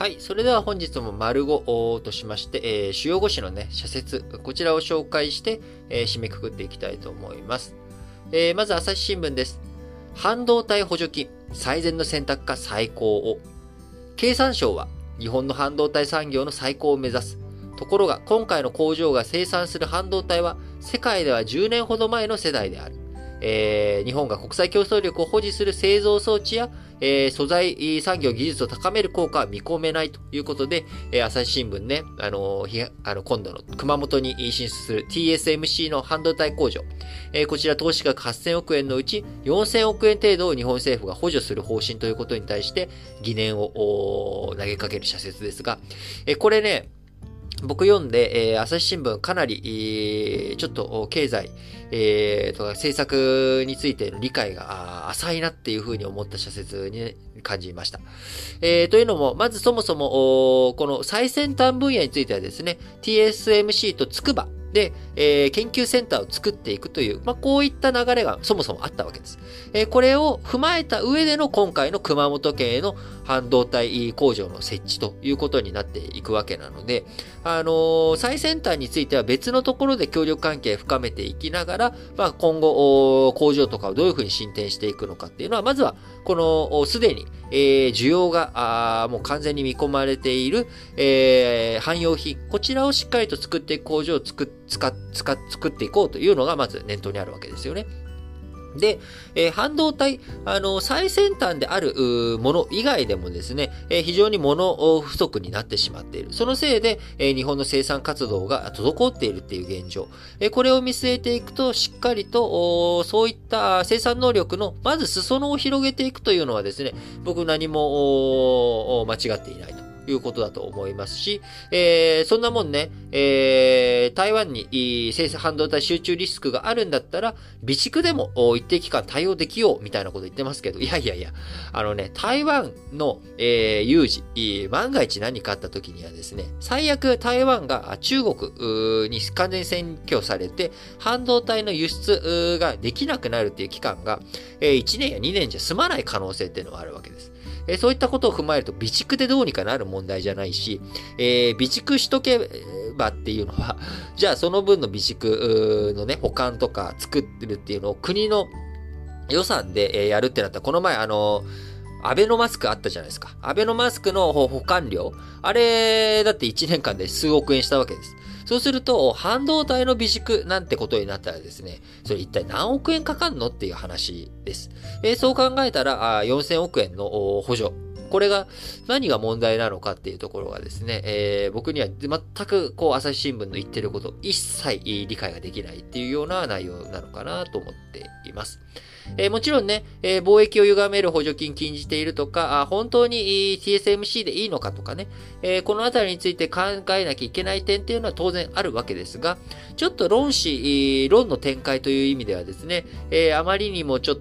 はい。それでは本日も丸5としまして、主要5紙のね、社説、こちらを紹介して、締めくくっていきたいと思います。まず朝日新聞です。半導体補助金、最善の選択か再興を。経産省は日本の半導体産業の再興を目指す。ところが今回の工場が生産する半導体は世界では10年ほど前の世代である。日本が国際競争力を保持する製造装置や、素材産業技術を高める効果は見込めないということで、朝日新聞ね、今度の熊本に進出する TSMC の半導体工場、こちら投資額8000億円のうち4000億円程度を日本政府が補助する方針ということに対して疑念を投げかける社説ですが、これね、僕読んで、朝日新聞かなり、ちょっと経済、とか政策についての理解が浅いなっていうふうに思った社説に感じました。というのも、まずそもそも、この最先端分野についてはですね、TSMC と筑波で、研究センターを作っていくという、こういった流れがそもそもあったわけです。これを踏まえた上での今回の熊本県への半導体工場の設置ということになっていくわけなので、最先端については別のところで協力関係を深めていきながら、今後、工場とかをどういうふうに進展していくのかっていうのは、まずは、この、すでに、需要が、もう完全に見込まれている、汎用品、こちらをしっかりと作っていく工場を作っていこうというのが、まず念頭にあるわけですよね。で、半導体、最先端であるもの以外でもですね、非常に物不足になってしまっている。そのせいで、日本の生産活動が滞っているっていう現状。これを見据えていくと、しっかりと、そういった生産能力の、まず裾野を広げていくというのはですね、僕何も間違っていないということだと思いますし、そんなもんね、台湾に半導体集中リスクがあるんだったら、備蓄でも一定期間対応できようみたいなこと言ってますけど、いや、台湾の、有事、万が一何かあった時にはですね、最悪台湾が中国に完全に占拠されて、半導体の輸出ができなくなるっていう期間が、1年や2年じゃ済まない可能性っていうのはあるわけです。そういったことを踏まえると、備蓄でどうにかなる問題じゃないし、備蓄しとけばっていうのは、じゃあその分の備蓄のね、保管とか作るっていうのを国の予算でやるってなったら、この前アベノマスクあったじゃないですか。アベノマスクの保管料、あれだって1年間で数億円したわけです。そうすると、半導体の備蓄なんてことになったらですね、それ一体何億円かかんのっていう話です。そう考えたら、4000億円の補助。これが何が問題なのかっていうところがですね、僕には全く朝日新聞の言ってること一切理解ができないっていうような内容なのかなと思っています。もちろんね、貿易を歪める補助金禁じているとか、本当に TSMC でいいのかとかね、このあたりについて考えなきゃいけない点っていうのは当然あるわけですが、ちょっと論の展開という意味ではですね、あまりにもちょっ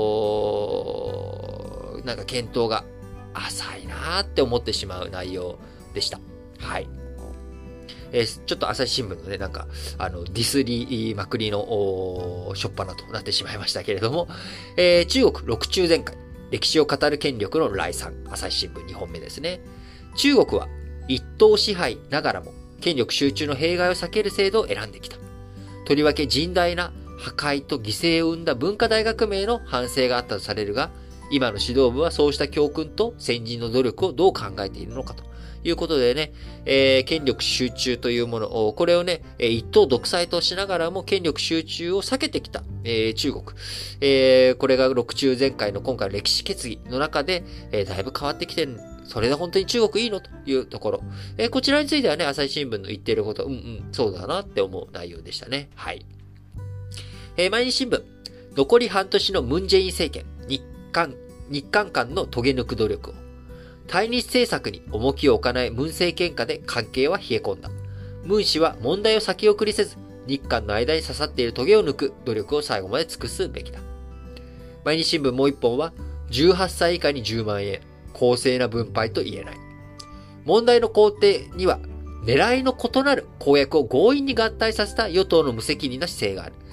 と、なんか検討が浅いなーって思ってしまう内容でした。はい。ちょっと朝日新聞のね、なんか、ディスりまくりの、しょっぱなとなってしまいましたけれども、中国六中全会、歴史を語る権力の来賛、朝日新聞2本目ですね。中国は一党支配ながらも、権力集中の弊害を避ける制度を選んできた。とりわけ甚大な破壊と犠牲を生んだ文化大革命の反省があったとされるが、今の指導部はそうした教訓と先人の努力をどう考えているのかということでね、権力集中というもの、これをね、一党独裁としながらも権力集中を避けてきた、中国。これが六中全会の今回の歴史決議の中で、だいぶ変わってきてる。それで本当に中国いいのというところ。こちらについてはね、朝日新聞の言っていること、そうだなって思う内容でしたね。はい。毎日新聞。残り半年のムン・ジェイン政権。日韓間の遂げ抜く努力を。対日政策に重きを置かないムン政権下で関係は冷え込んだ。ムン氏は問題を先送りせず、日韓の間に刺さっているトゲを抜く努力を最後まで尽くすべきだ。毎日新聞もう一本は、18歳以下に10万円、公正な分配と言えない。問題の工程には、狙いの異なる公約を強引に合体させた与党の無責任な姿勢がある。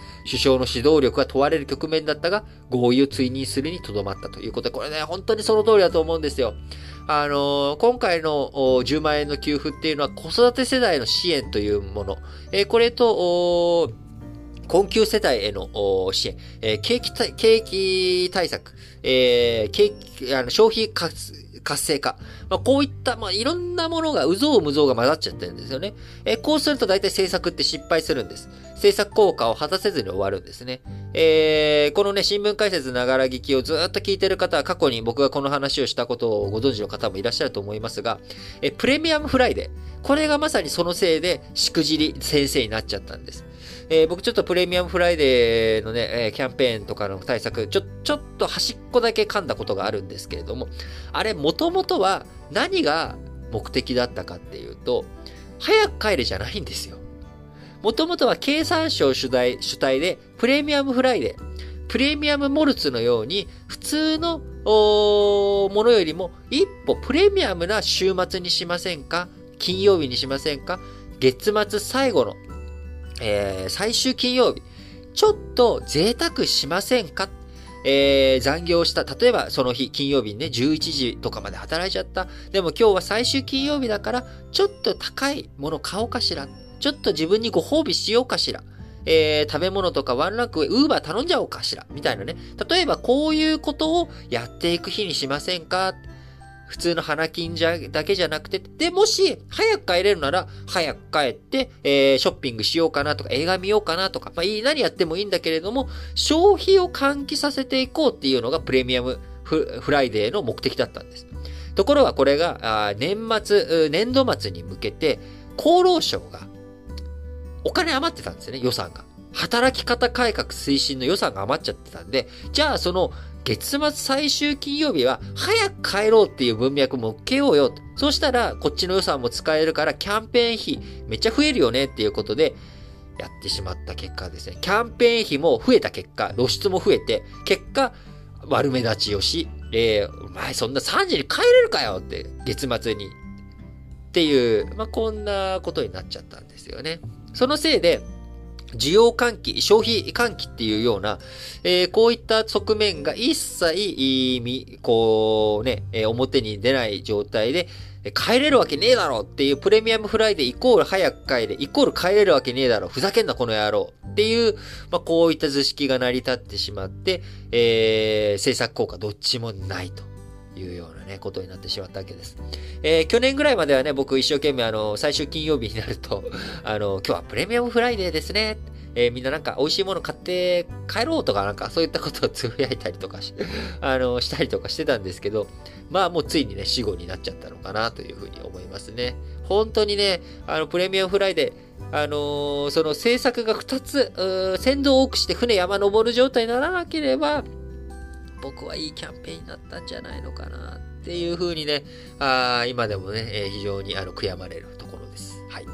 首相の指導力が問われる局面だったが、合意を追認するにとどまったということで、これね、本当にその通りだと思うんですよ。今回の10万円の給付っていうのは子育て世代の支援というもの。これと、困窮世帯への支援、景気対策、消費活性化。こういった、いろんなものがうぞうむぞうが混ざっちゃってるんですよね。こうすると大体政策って失敗するんです。政策効果を果たせずに終わるんですね。このね、新聞解説ながら聞きをずっと聞いてる方は過去に僕がこの話をしたことをご存知の方もいらっしゃると思いますが、プレミアムフライデー。これがまさにそのせいでしくじり先生になっちゃったんです。僕ちょっとプレミアムフライデーのね、キャンペーンとかの対策、ちょっと端っこだけ噛んだことがあるんですけれども、あれ元々は何が目的だったかっていうと、早く帰れじゃないんですよ。元々は経産省主体でプレミアムフライデー、プレミアムモルツのように普通のものよりも一歩プレミアムな週末にしませんか？金曜日にしませんか？月末最後の最終金曜日、ちょっと贅沢しませんか？残業した。例えばその日、金曜日にね、11時とかまで働いちゃった。でも今日は最終金曜日だから、ちょっと高いもの買おうかしら。ちょっと自分にご褒美しようかしら。食べ物とかワンランク上、ウーバー頼んじゃおうかしら。みたいなね。例えばこういうことをやっていく日にしませんか？普通の花金だけじゃなくて、で、もし、早く帰れるなら、早く帰って、ショッピングしようかなとか、映画見ようかなとか、何やってもいいんだけれども、消費を喚起させていこうっていうのがプレミアムフライデーの目的だったんです。ところがこれが、年度末に向けて、厚労省が、お金余ってたんですよね、予算が。働き方改革推進の予算が余っちゃってたんで、じゃあその、月末最終金曜日は早く帰ろうっていう文脈も受けようよと。そうしたらこっちの予算も使えるからキャンペーン費めっちゃ増えるよねっていうことでやってしまった結果ですね。キャンペーン費も増えた結果、露出も増えて、結果悪目立ちをし、お前そんな3時に帰れるかよって月末に。っていう、こんなことになっちゃったんですよね。そのせいで、需要喚起、消費喚起っていうような、こういった側面が一切、表に出ない状態で、帰れるわけねえだろっていうプレミアムフライデーイコール早く帰れ、イコール帰れるわけねえだろ、ふざけんなこの野郎っていう、こういった図式が成り立ってしまって、政策効果どっちもないと。いうようなね、ことになってしまったわけです。去年ぐらいまではね、僕一生懸命最終金曜日になると、今日はプレミアムフライデーですね。みんななんか美味しいもの買って帰ろうとかなんかそういったことをつぶやいたりとかしたりとかしてたんですけど、もうついにね、死後になっちゃったのかなというふうに思いますね。本当にね、プレミアムフライデー、その政策が2つ、鮮度を多くして船山登る状態にならなければ、僕はいいキャンペーンになったんじゃないのかなっていう風にね、今でもね、非常に悔やまれるところです。はい。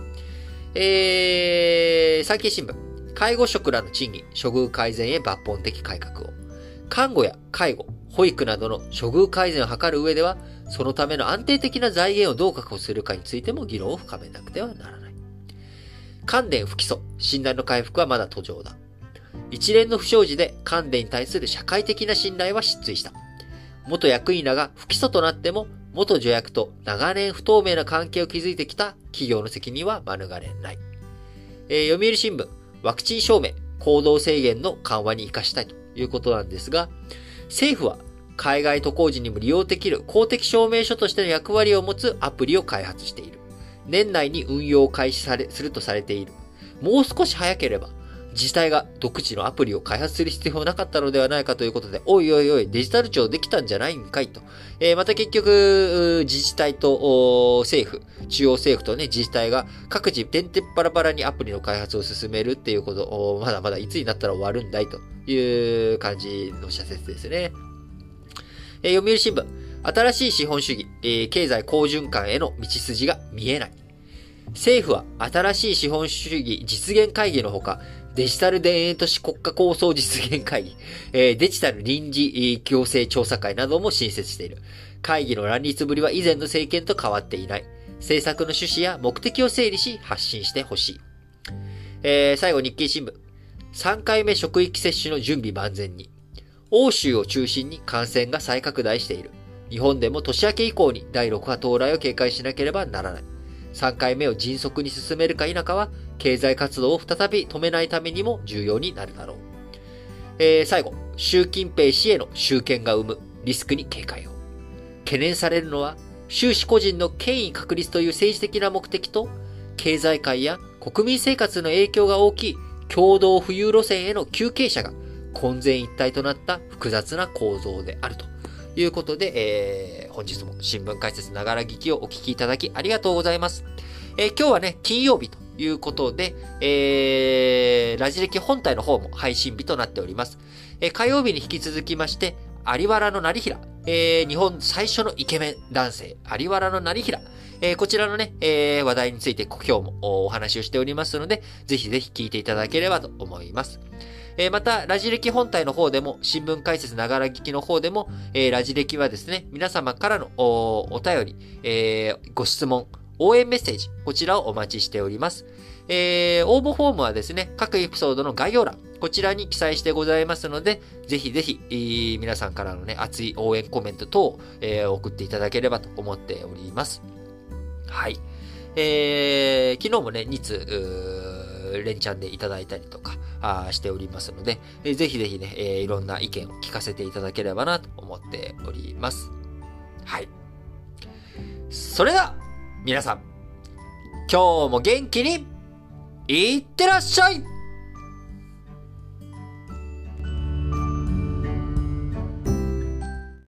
産経新聞。介護職らの賃金、処遇改善へ抜本的改革を。看護や介護、保育などの処遇改善を図る上では、そのための安定的な財源をどう確保するかについても議論を深めなくてはならない。関電不起訴、信頼の回復はまだ途上だ。一連の不祥事で関電に対する社会的な信頼は失墜した。元役員らが不起訴となっても、元助役と長年不透明な関係を築いてきた企業の責任は免れない。読売新聞、ワクチン証明、行動制限の緩和に活かしたいということなんですが、政府は海外渡航時にも利用できる公的証明書としての役割を持つアプリを開発している。年内に運用を開始するとされている。もう少し早ければ、自治体が独自のアプリを開発する必要はなかったのではないかということで、おいおいおい、デジタル庁できたんじゃないんかいと。また結局、自治体と政府、中央政府とね、自治体が各自、てんてっぱらぱらにアプリの開発を進めるっていうことを、まだまだいつになったら終わるんだいという感じの社説ですね。読売新聞、新しい資本主義、経済好循環への道筋が見えない。政府は新しい資本主義実現会議のほか、デジタル田園都市国家構想実現会議、デジタル臨時行政調査会なども新設している。会議の乱立ぶりは以前の政権と変わっていない。政策の趣旨や目的を整理し発信してほしい。最後日経新聞。 3回目職域接種の準備万全に。欧州を中心に感染が再拡大している。日本でも年明け以降に第6波到来を警戒しなければならない。3回目を迅速に進めるか否かは、経済活動を再び止めないためにも重要になるだろう。最後、習近平氏への集権が生むリスクに警戒を。懸念されるのは、習氏個人の権威確立という政治的な目的と、経済界や国民生活の影響が大きい共同富裕路線への急傾斜が混然一体となった複雑な構造であるということで、本日も新聞解説ながら聞きをお聞きいただきありがとうございます。今日はね、金曜日ということで、ラジ歴本体の方も配信日となっております。火曜日に引き続きまして、有原の成平、日本最初のイケメン男性、有原の成平、こちらのね、話題について今日もお話をしておりますので、ぜひぜひ聞いていただければと思います。また、ラジ歴本体の方でも、新聞解説ながら聞きの方でも、ラジ歴はですね、皆様からのお便り、ご質問、応援メッセージ、こちらをお待ちしております。応募フォームはですね、各エピソードの概要欄、こちらに記載してございますので、ぜひぜひ、皆さんからのね、熱い応援コメント等を、送っていただければと思っております。はい。昨日もね、2通、連チャンでいただいたりとか、しておりますので、ぜひぜひね、いろんな意見を聞かせていただければなと思っております。はい。それでは、皆さん、今日も元気に、いってらっしゃい。